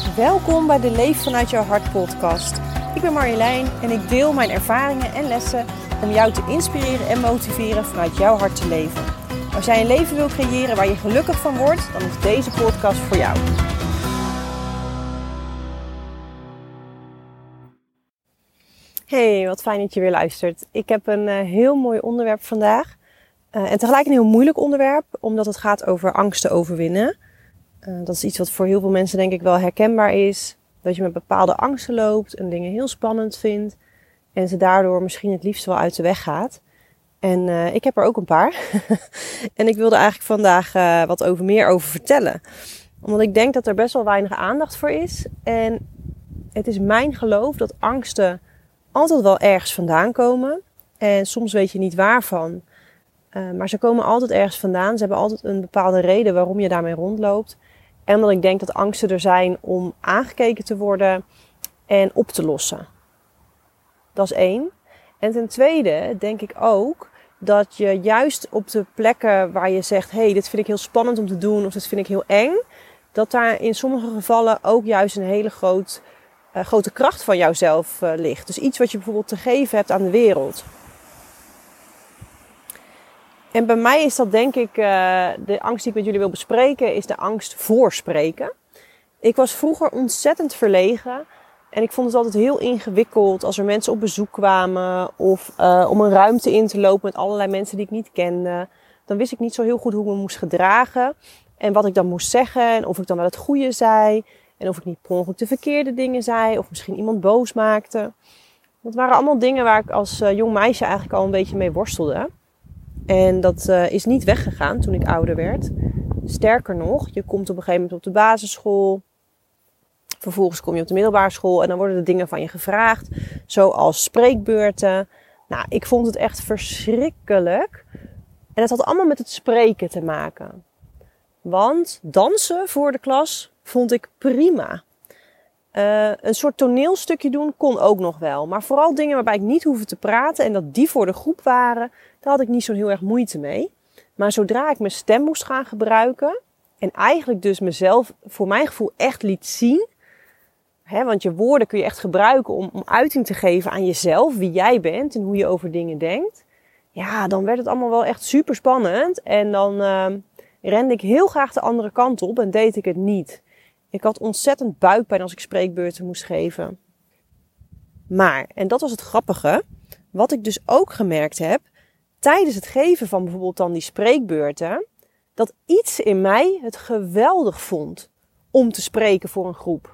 Welkom bij de Leef vanuit jouw hart podcast. Ik ben Marjolein en ik deel mijn ervaringen en lessen om jou te inspireren en motiveren vanuit jouw hart te leven. Als jij een leven wil creëren waar je gelukkig van wordt, dan is deze podcast voor jou. Hey, wat fijn dat je weer luistert. Ik heb een heel mooi onderwerp vandaag. En tegelijk een heel moeilijk onderwerp, omdat het gaat over angsten overwinnen. Dat is iets wat voor heel veel mensen denk ik wel herkenbaar is. Dat je met bepaalde angsten loopt en dingen heel spannend vindt. En ze daardoor misschien het liefst wel uit de weg gaat. En ik heb er ook een paar. En ik wilde eigenlijk vandaag wat meer over vertellen. Omdat ik denk dat er best wel weinig aandacht voor is. En het is mijn geloof dat angsten altijd wel ergens vandaan komen. En soms weet je niet waarvan. Maar ze komen altijd ergens vandaan. Ze hebben altijd een bepaalde reden waarom je daarmee rondloopt. En omdat ik denk dat angsten er zijn om aangekeken te worden en op te lossen. Dat is 1. En ten tweede denk ik ook dat je juist op de plekken waar je zegt... hey, dit vind ik heel spannend om te doen of dit vind ik heel eng... dat daar in sommige gevallen ook juist een hele grote kracht van jouzelf ligt. Dus iets wat je bijvoorbeeld te geven hebt aan de wereld. En bij mij is dat denk ik, de angst die ik met jullie wil bespreken, is de angst voor spreken. Ik was vroeger ontzettend verlegen en ik vond het altijd heel ingewikkeld als er mensen op bezoek kwamen of om een ruimte in te lopen met allerlei mensen die ik niet kende. Dan wist ik niet zo heel goed hoe ik me moest gedragen en wat ik dan moest zeggen en of ik dan wel het goede zei en of ik niet per ongeluk de verkeerde dingen zei of misschien iemand boos maakte. Dat waren allemaal dingen waar ik als jong meisje eigenlijk al een beetje mee worstelde. En dat is niet weggegaan toen ik ouder werd. Sterker nog, je komt op een gegeven moment op de basisschool. Vervolgens kom je op de middelbare school en dan worden er dingen van je gevraagd. Zoals spreekbeurten. Nou, ik vond het echt verschrikkelijk. En het had allemaal met het spreken te maken. Want dansen voor de klas vond ik prima. Een soort toneelstukje doen kon ook nog wel. Maar vooral dingen waarbij ik niet hoefde te praten en dat die voor de groep waren, daar had ik niet zo heel erg moeite mee. Maar zodra ik mijn stem moest gaan gebruiken en eigenlijk dus mezelf voor mijn gevoel echt liet zien. Want je woorden kun je echt gebruiken om uiting te geven aan jezelf, wie jij bent en hoe je over dingen denkt. Ja, dan werd het allemaal wel echt super spannend en dan rende ik heel graag de andere kant op en deed ik het niet. Ik had ontzettend buikpijn als ik spreekbeurten moest geven. Maar, en dat was het grappige, wat ik dus ook gemerkt heb, tijdens het geven van bijvoorbeeld dan die spreekbeurten, dat iets in mij het geweldig vond om te spreken voor een groep.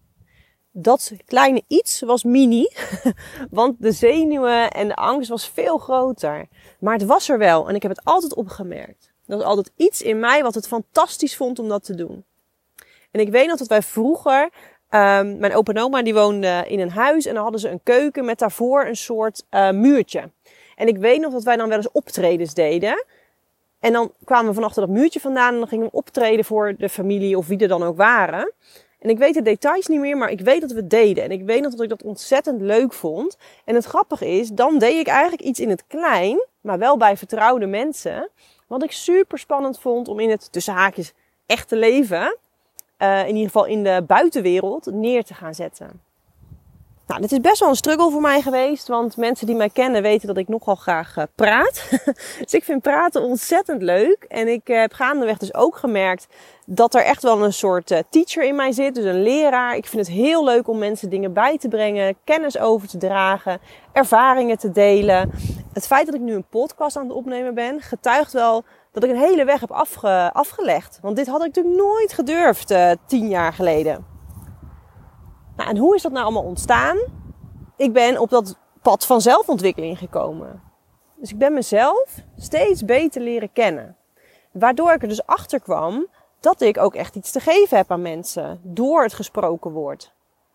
Dat kleine iets was mini, want de zenuwen en de angst was veel groter. Maar het was er wel en ik heb het altijd opgemerkt. Er was altijd iets in mij wat het fantastisch vond om dat te doen. En ik weet nog dat wij vroeger, mijn opa en oma die woonden in een huis en dan hadden ze een keuken met daarvoor een soort muurtje. En ik weet nog dat wij dan wel eens optredens deden. En dan kwamen we van achter dat muurtje vandaan en dan gingen we optreden voor de familie of wie er dan ook waren. En ik weet de details niet meer, maar ik weet dat we het deden. En ik weet nog dat ik dat ontzettend leuk vond. En het grappige is, dan deed ik eigenlijk iets in het klein, maar wel bij vertrouwde mensen. Wat ik super spannend vond om in het, tussen haakjes, echte leven... in ieder geval in de buitenwereld neer te gaan zetten. Nou, dit is best wel een struggle voor mij geweest. Want mensen die mij kennen weten dat ik nogal graag praat. Dus ik vind praten ontzettend leuk. En ik heb gaandeweg dus ook gemerkt dat er echt wel een soort teacher in mij zit. Dus een leraar. Ik vind het heel leuk om mensen dingen bij te brengen. Kennis over te dragen. Ervaringen te delen. Het feit dat ik nu een podcast aan het opnemen ben, getuigt wel dat ik een hele weg heb afgelegd. Want dit had ik natuurlijk nooit gedurfd 10 jaar geleden. Nou, en hoe is dat nou allemaal ontstaan? Ik ben op dat pad van zelfontwikkeling gekomen. Dus ik ben mezelf steeds beter leren kennen. Waardoor ik er dus achter kwam dat ik ook echt iets te geven heb aan mensen. Door het gesproken woord.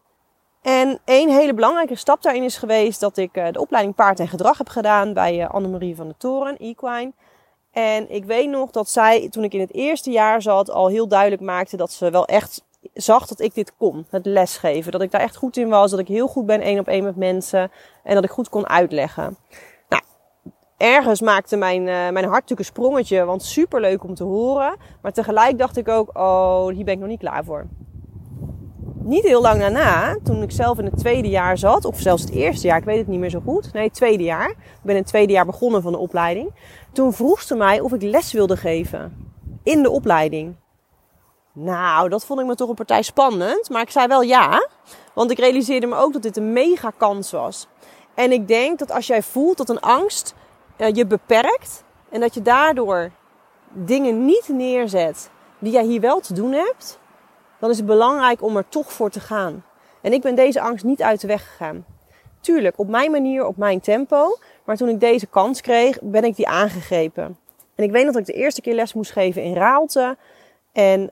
En een hele belangrijke stap daarin is geweest dat ik de opleiding Paard en Gedrag heb gedaan bij Annemarie van der Toren, Equine. En ik weet nog dat zij, toen ik in het eerste jaar zat, al heel duidelijk maakte dat ze wel echt zag dat ik dit kon. Het lesgeven. Dat ik daar echt goed in was. Dat ik heel goed ben 1-op-1 met mensen. En dat ik goed kon uitleggen. Nou, ergens maakte mijn hart natuurlijk een sprongetje. Want superleuk om te horen. Maar tegelijk dacht ik ook, oh, hier ben ik nog niet klaar voor. niet heel lang daarna, toen ik zelf in het tweede jaar zat, of zelfs het eerste jaar, ik weet het niet meer zo goed. Nee, het tweede jaar. Ik ben in het tweede jaar begonnen van de opleiding. Toen vroeg ze mij of ik les wilde geven in de opleiding. Nou, dat vond ik me toch een partij spannend. Maar ik zei wel ja. Want ik realiseerde me ook dat dit een mega kans was. En ik denk dat als jij voelt dat een angst je beperkt. En dat je daardoor dingen niet neerzet die jij hier wel te doen hebt. Dan is het belangrijk om er toch voor te gaan. En ik ben deze angst niet uit de weg gegaan. Tuurlijk, op mijn manier, op mijn tempo. Maar toen ik deze kans kreeg, ben ik die aangegrepen. En ik weet nog dat ik de eerste keer les moest geven in Raalte. En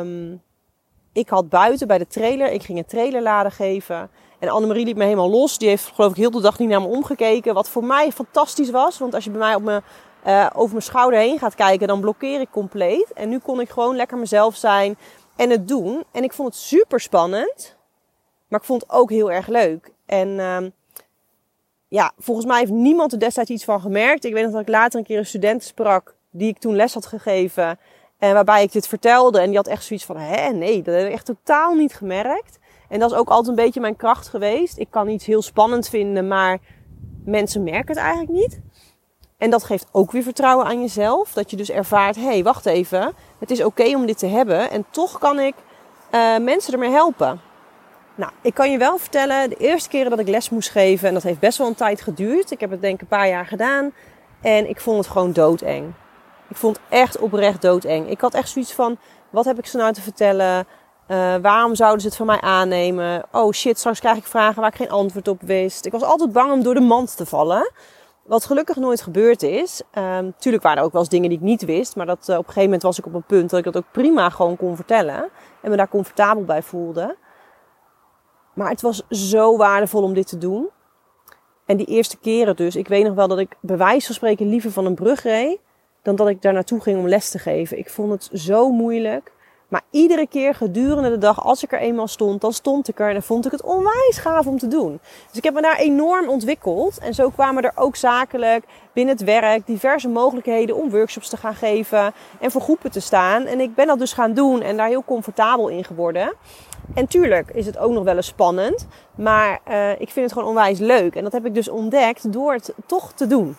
ik had buiten bij de trailer, ik ging een trailerladen geven. En Annemarie liet me helemaal los. Die heeft geloof ik heel de dag niet naar me omgekeken. Wat voor mij fantastisch was. Want als je bij mij over mijn schouder heen gaat kijken, dan blokkeer ik compleet. En nu kon ik gewoon lekker mezelf zijn en het doen. En ik vond het super spannend. Maar ik vond het ook heel erg leuk. En volgens mij heeft niemand er destijds iets van gemerkt. Ik weet nog dat ik later een keer een student sprak die ik toen les had gegeven. En waarbij ik dit vertelde. En die had echt zoiets van, nee, dat heb ik echt totaal niet gemerkt. En dat is ook altijd een beetje mijn kracht geweest. Ik kan iets heel spannend vinden, maar mensen merken het eigenlijk niet. En dat geeft ook weer vertrouwen aan jezelf. Dat je dus ervaart, wacht even. Het is oké om dit te hebben. En toch kan ik mensen ermee helpen. Nou, ik kan je wel vertellen, de eerste keren dat ik les moest geven. En dat heeft best wel een tijd geduurd. Ik heb het denk ik een paar jaar gedaan. En ik vond het gewoon doodeng. Ik vond het echt oprecht doodeng. Ik had echt zoiets van, wat heb ik ze nou te vertellen? Waarom zouden ze het van mij aannemen? Oh shit, straks krijg ik vragen waar ik geen antwoord op wist. Ik was altijd bang om door de mand te vallen. Wat gelukkig nooit gebeurd is. Tuurlijk waren er ook wel eens dingen die ik niet wist. Maar op een gegeven moment was ik op een punt dat ik dat ook prima gewoon kon vertellen. En me daar comfortabel bij voelde. Maar het was zo waardevol om dit te doen. En die eerste keren dus. Ik weet nog wel dat ik bij wijze van spreken liever van een brug reed. Dan dat ik daar naartoe ging om les te geven. Ik vond het zo moeilijk. Maar iedere keer gedurende de dag, als ik er eenmaal stond, dan stond ik er. En dan vond ik het onwijs gaaf om te doen. Dus ik heb me daar enorm ontwikkeld. En zo kwamen er ook zakelijk binnen het werk diverse mogelijkheden om workshops te gaan geven. En voor groepen te staan. En ik ben dat dus gaan doen en daar heel comfortabel in geworden. En tuurlijk is het ook nog wel eens spannend. Maar ik vind het gewoon onwijs leuk. En dat heb ik dus ontdekt door het toch te doen.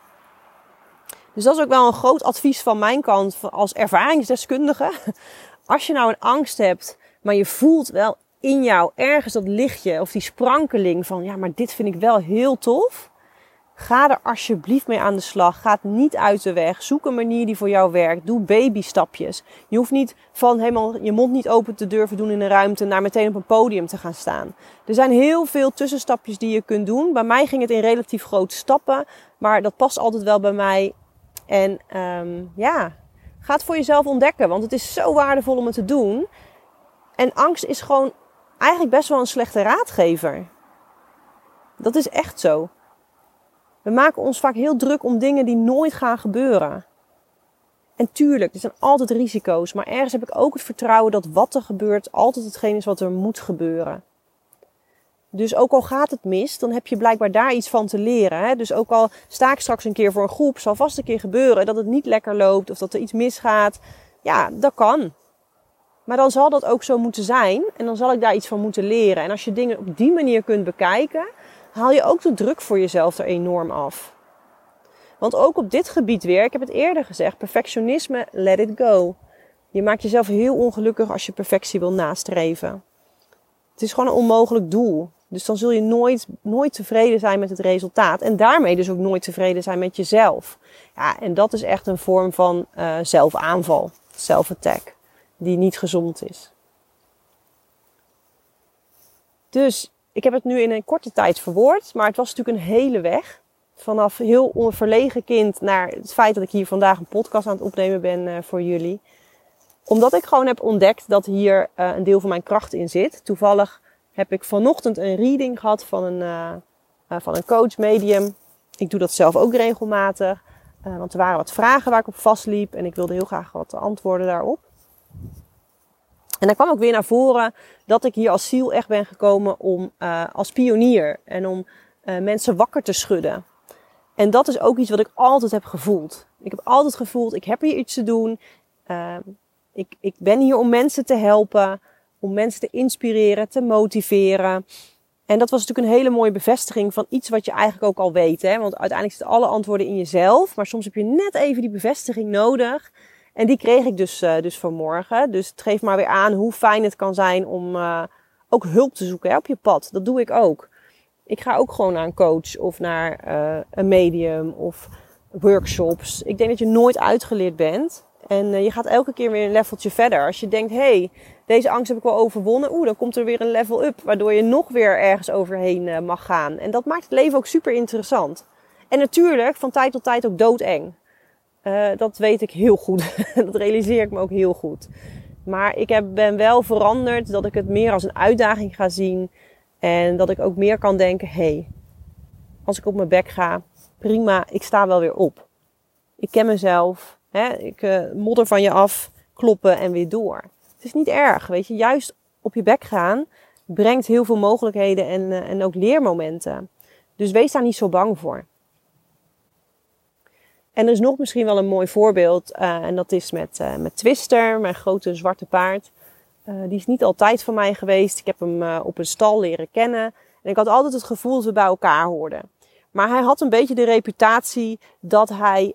Dus dat is ook wel een groot advies van mijn kant als ervaringsdeskundige. Als je nou een angst hebt, maar je voelt wel in jou ergens dat lichtje of die sprankeling van, ja, maar dit vind ik wel heel tof. Ga er alsjeblieft mee aan de slag. Ga het niet uit de weg. Zoek een manier die voor jou werkt. Doe babystapjes. Je hoeft niet van helemaal je mond niet open te durven doen in een ruimte en daar meteen op een podium te gaan staan. Er zijn heel veel tussenstapjes die je kunt doen. Bij mij ging het in relatief grote stappen, maar dat past altijd wel bij mij. En ga het voor jezelf ontdekken, want het is zo waardevol om het te doen. En angst is gewoon eigenlijk best wel een slechte raadgever. Dat is echt zo. We maken ons vaak heel druk om dingen die nooit gaan gebeuren. En tuurlijk, er zijn altijd risico's. Maar ergens heb ik ook het vertrouwen dat wat er gebeurt altijd hetgeen is wat er moet gebeuren. Dus ook al gaat het mis, dan heb je blijkbaar daar iets van te leren. Hè? Dus ook al sta ik straks een keer voor een groep, zal vast een keer gebeuren dat het niet lekker loopt of dat er iets misgaat. Ja, dat kan. Maar dan zal dat ook zo moeten zijn en dan zal ik daar iets van moeten leren. En als je dingen op die manier kunt bekijken, haal je ook de druk voor jezelf er enorm af. Want ook op dit gebied weer, ik heb het eerder gezegd, perfectionisme, let it go. Je maakt jezelf heel ongelukkig als je perfectie wil nastreven. Het is gewoon een onmogelijk doel. Dus dan zul je nooit tevreden zijn met het resultaat. En daarmee dus ook nooit tevreden zijn met jezelf. Ja, en dat is echt een vorm van zelfaanval, self-attack, die niet gezond is. Dus ik heb het nu in een korte tijd verwoord, maar het was natuurlijk een hele weg. Vanaf heel onverlegen kind naar het feit dat ik hier vandaag een podcast aan het opnemen ben voor jullie. Omdat ik gewoon heb ontdekt dat hier een deel van mijn kracht in zit. Toevallig heb ik vanochtend een reading gehad van een coach medium. Ik doe dat zelf ook regelmatig. Want er waren wat vragen waar ik op vastliep. En ik wilde heel graag wat antwoorden daarop. En dan kwam ook weer naar voren dat ik hier als ziel echt ben gekomen om als pionier. En om mensen wakker te schudden. En dat is ook iets wat ik altijd heb gevoeld. Ik heb altijd gevoeld, ik heb hier iets te doen. Ik ben hier om mensen te helpen. om mensen te inspireren, te motiveren. En dat was natuurlijk een hele mooie bevestiging van iets wat je eigenlijk ook al weet. Hè? Want uiteindelijk zitten alle antwoorden in jezelf. Maar soms heb je net even die bevestiging nodig. En die kreeg ik dus vanmorgen. Dus het geeft maar weer aan hoe fijn het kan zijn om ook hulp te zoeken, hè, op je pad. Dat doe ik ook. Ik ga ook gewoon naar een coach of naar een medium of workshops. Ik denk dat je nooit uitgeleerd bent. En je gaat elke keer weer een leveltje verder. Als je denkt, hey, deze angst heb ik wel overwonnen. Dan komt er weer een level up. Waardoor je nog weer ergens overheen mag gaan. En dat maakt het leven ook super interessant. En natuurlijk van tijd tot tijd ook doodeng. Dat weet ik heel goed. Dat realiseer ik me ook heel goed. Maar ik ben wel veranderd dat ik het meer als een uitdaging ga zien. En dat ik ook meer kan denken, hey, als ik op mijn bek ga, prima, ik sta wel weer op. Ik ken mezelf. Ik modder van je af, kloppen en weer door. Het is niet erg, weet je. Juist op je bek gaan brengt heel veel mogelijkheden en ook leermomenten. Dus wees daar niet zo bang voor. En er is nog misschien wel een mooi voorbeeld. En dat is met Twister, mijn grote zwarte paard. Die is niet altijd van mij geweest. Ik heb hem op een stal leren kennen. En ik had altijd het gevoel dat we bij elkaar hoorden. Maar hij had een beetje de reputatie dat hij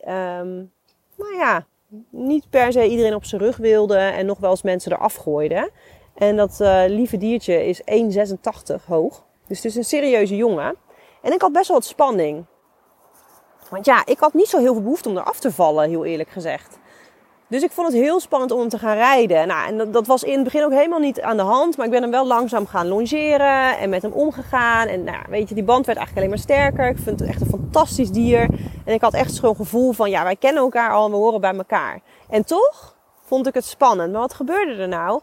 niet per se iedereen op zijn rug wilde. En nog wel eens mensen eraf gooide. En dat lieve diertje is 1,86 hoog. Dus het is een serieuze jongen. En ik had best wel wat spanning. Want ja, ik had niet zo heel veel behoefte om eraf te vallen, heel eerlijk gezegd. Dus ik vond het heel spannend om hem te gaan rijden. Nou, en dat was in het begin ook helemaal niet aan de hand. Maar ik ben hem wel langzaam gaan longeren en met hem omgegaan. En nou, weet je, die band werd eigenlijk alleen maar sterker. Ik vind het echt een fantastisch dier. En ik had echt zo'n gevoel van, ja, wij kennen elkaar al en we horen bij elkaar. En toch vond ik het spannend. Maar wat gebeurde er nou?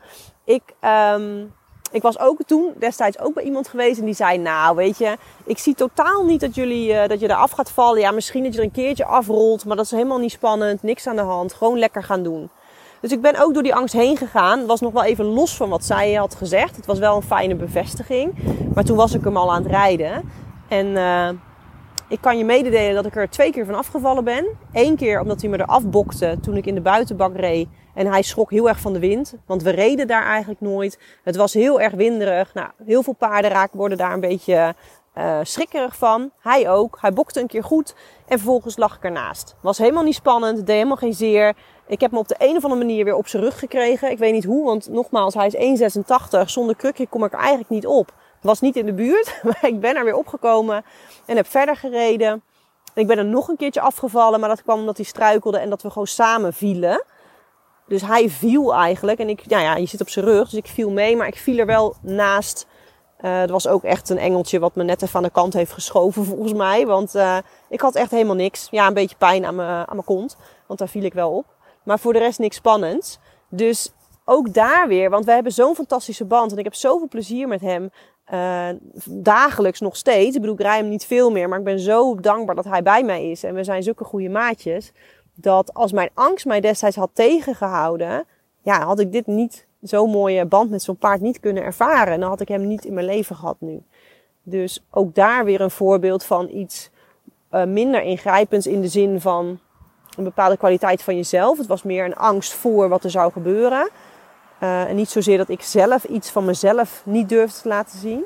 Ik was ook toen destijds ook bij iemand geweest en die zei, nou weet je, ik zie totaal niet dat je eraf gaat vallen. Ja, misschien dat je er een keertje afrolt, maar dat is helemaal niet spannend, niks aan de hand, gewoon lekker gaan doen. Dus ik ben ook door die angst heen gegaan. Het was nog wel even los van wat zij had gezegd. Het was wel een fijne bevestiging, maar toen was ik hem al aan het rijden. En ik kan je mededelen dat ik er 2 keer van afgevallen ben. 1 keer omdat hij me eraf bokte toen ik in de buitenbak reed. En hij schrok heel erg van de wind. Want we reden daar eigenlijk nooit. Het was heel erg winderig. Nou, heel veel paarden worden daar een beetje schrikkerig van. Hij ook. Hij bokte een keer goed. En vervolgens lag ik ernaast. Was helemaal niet spannend. Deed helemaal geen zeer. Ik heb hem op de een of andere manier weer op zijn rug gekregen. Ik weet niet hoe. Want nogmaals, hij is 1,86. Zonder krukje kom ik er eigenlijk niet op. Was niet in de buurt. Maar ik ben er weer opgekomen. En heb verder gereden. Ik ben er nog een keertje afgevallen. Maar dat kwam omdat hij struikelde. En dat we gewoon samen vielen. Dus hij viel eigenlijk. En je zit op zijn rug. Dus ik viel mee. Maar ik viel er wel naast. Er was ook echt een engeltje wat me net even aan de kant heeft geschoven volgens mij. Want ik had echt helemaal niks. Ja, een beetje pijn aan mijn kont. Want daar viel ik wel op. Maar voor de rest niks spannends. Dus ook daar weer. Want we hebben zo'n fantastische band. En ik heb zoveel plezier met hem. Dagelijks nog steeds. Ik bedoel, ik rij hem niet veel meer. Maar ik ben zo dankbaar dat hij bij mij is. En we zijn zulke goede maatjes. Dat als mijn angst mij destijds had tegengehouden. Ja, had ik dit niet, zo'n mooie band met zo'n paard niet kunnen ervaren. En dan had ik hem niet in mijn leven gehad nu. Dus ook daar weer een voorbeeld van iets minder ingrijpends in de zin van een bepaalde kwaliteit van jezelf. Het was meer een angst voor wat er zou gebeuren. En niet zozeer dat ik zelf iets van mezelf niet durfde te laten zien.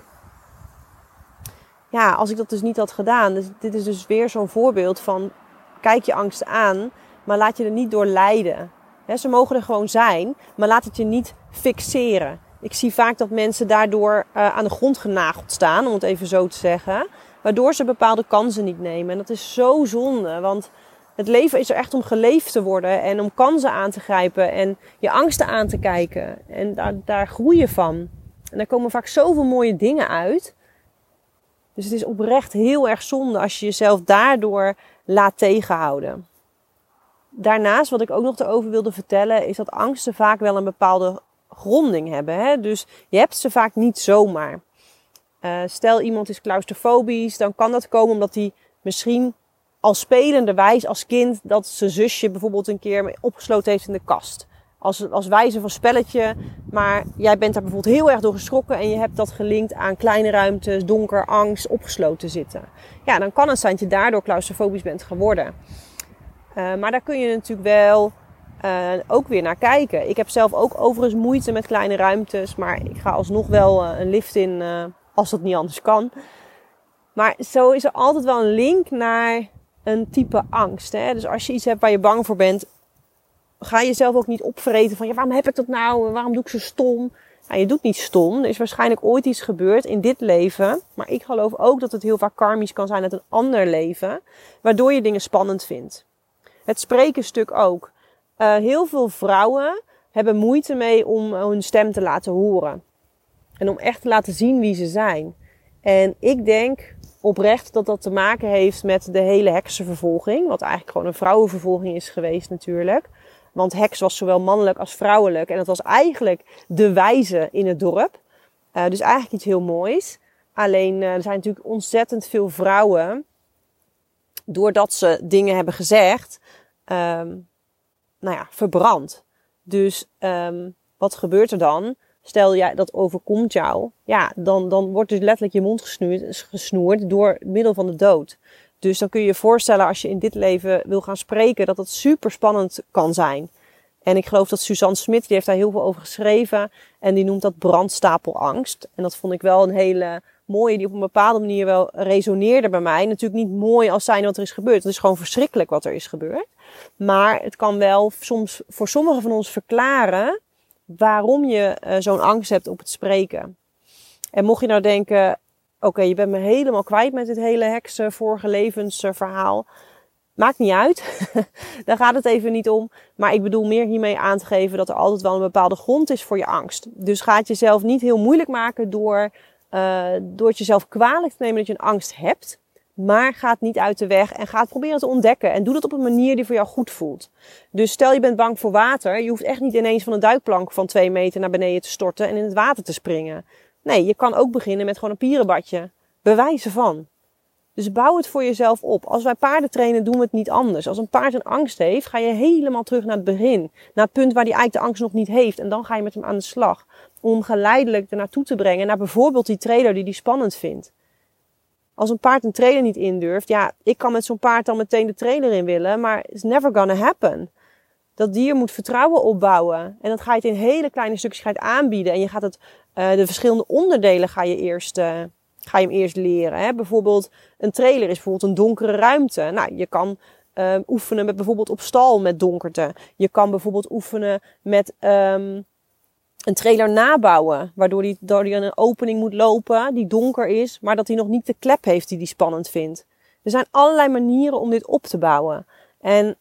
Ja, als ik dat dus niet had gedaan. Dus dit is dus weer zo'n voorbeeld van kijk je angsten aan, maar laat je er niet door leiden. Ze mogen er gewoon zijn, maar laat het je niet fixeren. Ik zie vaak dat mensen daardoor aan de grond genageld staan, om het even zo te zeggen. Waardoor ze bepaalde kansen niet nemen. En dat is zo zonde, want het leven is er echt om geleefd te worden. En om kansen aan te grijpen en je angsten aan te kijken. En daar groei je van. En daar komen vaak zoveel mooie dingen uit. Dus het is oprecht heel erg zonde als je jezelf daardoor laat tegenhouden. Daarnaast, wat ik ook nog erover wilde vertellen, is dat angsten vaak wel een bepaalde gronding hebben. Hè? Dus je hebt ze vaak niet zomaar. Stel iemand is claustrofobisch, dan kan dat komen omdat hij misschien al spelenderwijs als kind dat zijn zusje bijvoorbeeld een keer opgesloten heeft in de kast. Als wijze van spelletje, maar jij bent daar bijvoorbeeld heel erg door geschrokken en je hebt dat gelinkt aan kleine ruimtes, donker, angst, opgesloten zitten. Ja, dan kan het zijn dat je daardoor claustrofobisch bent geworden. Maar daar kun je natuurlijk wel ook weer naar kijken. Ik heb zelf ook overigens moeite met kleine ruimtes. Maar ik ga alsnog wel een lift in als dat niet anders kan. Maar zo is er altijd wel een link naar een type angst. Hè? Dus als je iets hebt waar je bang voor bent, ga jezelf ook niet opvreten van, ja, waarom heb ik dat nou? Waarom doe ik zo stom? Nou, je doet niet stom. Er is waarschijnlijk ooit iets gebeurd in dit leven. Maar ik geloof ook dat het heel vaak karmisch kan zijn uit een ander leven. Waardoor je dingen spannend vindt. Het sprekenstuk ook. Heel veel vrouwen hebben moeite mee om hun stem te laten horen. En om echt te laten zien wie ze zijn. En ik denk oprecht dat dat te maken heeft met de hele heksenvervolging. Wat eigenlijk gewoon een vrouwenvervolging is geweest natuurlijk. Want heks was zowel mannelijk als vrouwelijk. En dat was eigenlijk de wijze in het dorp. Dus eigenlijk iets heel moois. Alleen er zijn natuurlijk ontzettend veel vrouwen, doordat ze dingen hebben gezegd, verbrand. Dus wat gebeurt er dan? Stel jij dat overkomt jou, ja, dan wordt dus letterlijk je mond gesnoerd door middel van de dood. Dus dan kun je je voorstellen, als je in dit leven wil gaan spreken, dat het super spannend kan zijn. En ik geloof dat Suzanne Smit, die heeft daar heel veel over geschreven. En die noemt dat brandstapelangst. En dat vond ik wel een hele mooie, die op een bepaalde manier wel resoneerde bij mij. Natuurlijk niet mooi als zijn wat er is gebeurd. Het is gewoon verschrikkelijk wat er is gebeurd. Maar het kan wel soms voor sommigen van ons verklaren waarom je zo'n angst hebt op het spreken. En mocht je nou denken, oké, je bent me helemaal kwijt met dit hele heksen vorige levensverhaal. Maakt niet uit. Daar gaat het even niet om. Maar ik bedoel meer hiermee aan te geven dat er altijd wel een bepaalde grond is voor je angst. Dus ga het jezelf niet heel moeilijk maken door het jezelf kwalijk te nemen dat je een angst hebt. Maar ga het niet uit de weg en ga het proberen te ontdekken. En doe dat op een manier die voor jou goed voelt. Dus stel je bent bang voor water. Je hoeft echt niet ineens van een duikplank van 2 meter naar beneden te storten en in het water te springen. Nee, je kan ook beginnen met gewoon een pierenbadje. Bewijzen van. Dus bouw het voor jezelf op. Als wij paarden trainen, doen we het niet anders. Als een paard een angst heeft, ga je helemaal terug naar het begin. Naar het punt waar hij eigenlijk de angst nog niet heeft. En dan ga je met hem aan de slag. Om hem geleidelijk er naartoe te brengen. Naar bijvoorbeeld die trailer die hij spannend vindt. Als een paard een trailer niet indurft, ja, ik kan met zo'n paard dan meteen de trailer in willen. Maar it's never gonna happen. Dat dier moet vertrouwen opbouwen. En dat ga je het in hele kleine stukjes aanbieden. En je gaat de verschillende onderdelen ga je hem eerst leren. Hè? Bijvoorbeeld een trailer is bijvoorbeeld een donkere ruimte. Nou, je kan oefenen met bijvoorbeeld op stal met donkerte. Je kan bijvoorbeeld oefenen met een trailer nabouwen. Waardoor die door een opening moet lopen die donker is. Maar dat hij nog niet de klep heeft die hij spannend vindt. Er zijn allerlei manieren om dit op te bouwen. En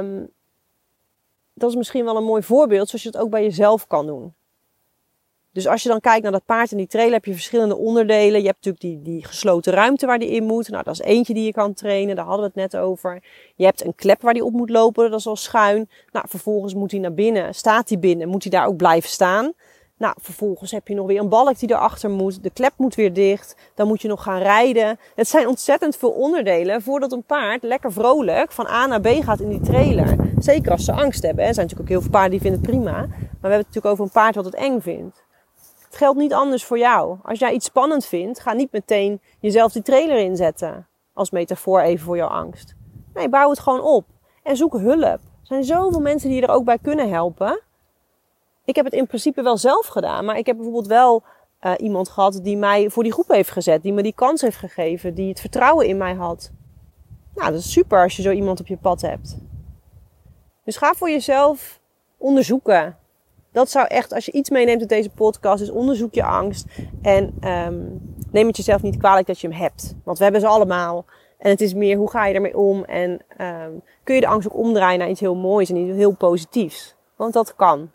dat is misschien wel een mooi voorbeeld zoals je het ook bij jezelf kan doen. Dus als je dan kijkt naar dat paard en die trailer, heb je verschillende onderdelen. Je hebt natuurlijk die gesloten ruimte waar die in moet. Nou, dat is eentje die je kan trainen. Daar hadden we het net over. Je hebt een klep waar die op moet lopen. Dat is al schuin. Nou, vervolgens moet hij naar binnen. Staat hij binnen? Moet hij daar ook blijven staan? Nou, vervolgens heb je nog weer een balk die erachter moet. De klep moet weer dicht. Dan moet je nog gaan rijden. Het zijn ontzettend veel onderdelen voordat een paard lekker vrolijk van A naar B gaat in die trailer. Zeker als ze angst hebben. Er zijn natuurlijk ook heel veel paarden die vinden het prima. Maar we hebben het natuurlijk over een paard wat het eng vindt. Het geldt niet anders voor jou. Als jij iets spannend vindt, ga niet meteen jezelf die trailer inzetten. Als metafoor even voor jouw angst. Nee, bouw het gewoon op. En zoek hulp. Er zijn zoveel mensen die je er ook bij kunnen helpen. Ik heb het in principe wel zelf gedaan. Maar ik heb bijvoorbeeld wel iemand gehad die mij voor die groep heeft gezet. Die me die kans heeft gegeven. Die het vertrouwen in mij had. Nou, dat is super als je zo iemand op je pad hebt. Dus ga voor jezelf onderzoeken. Dat zou echt, als je iets meeneemt uit deze podcast, is onderzoek je angst. En neem het jezelf niet kwalijk dat je hem hebt. Want we hebben ze allemaal. En het is meer, hoe ga je ermee om? En kun je de angst ook omdraaien naar iets heel moois en iets heel positiefs. Want dat kan.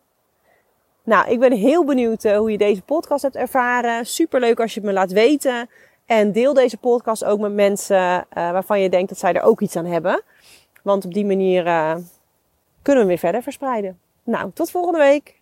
Nou, ik ben heel benieuwd hoe je deze podcast hebt ervaren. Superleuk als je het me laat weten. En deel deze podcast ook met mensen waarvan je denkt dat zij er ook iets aan hebben. Want op die manier kunnen we weer verder verspreiden. Nou, tot volgende week.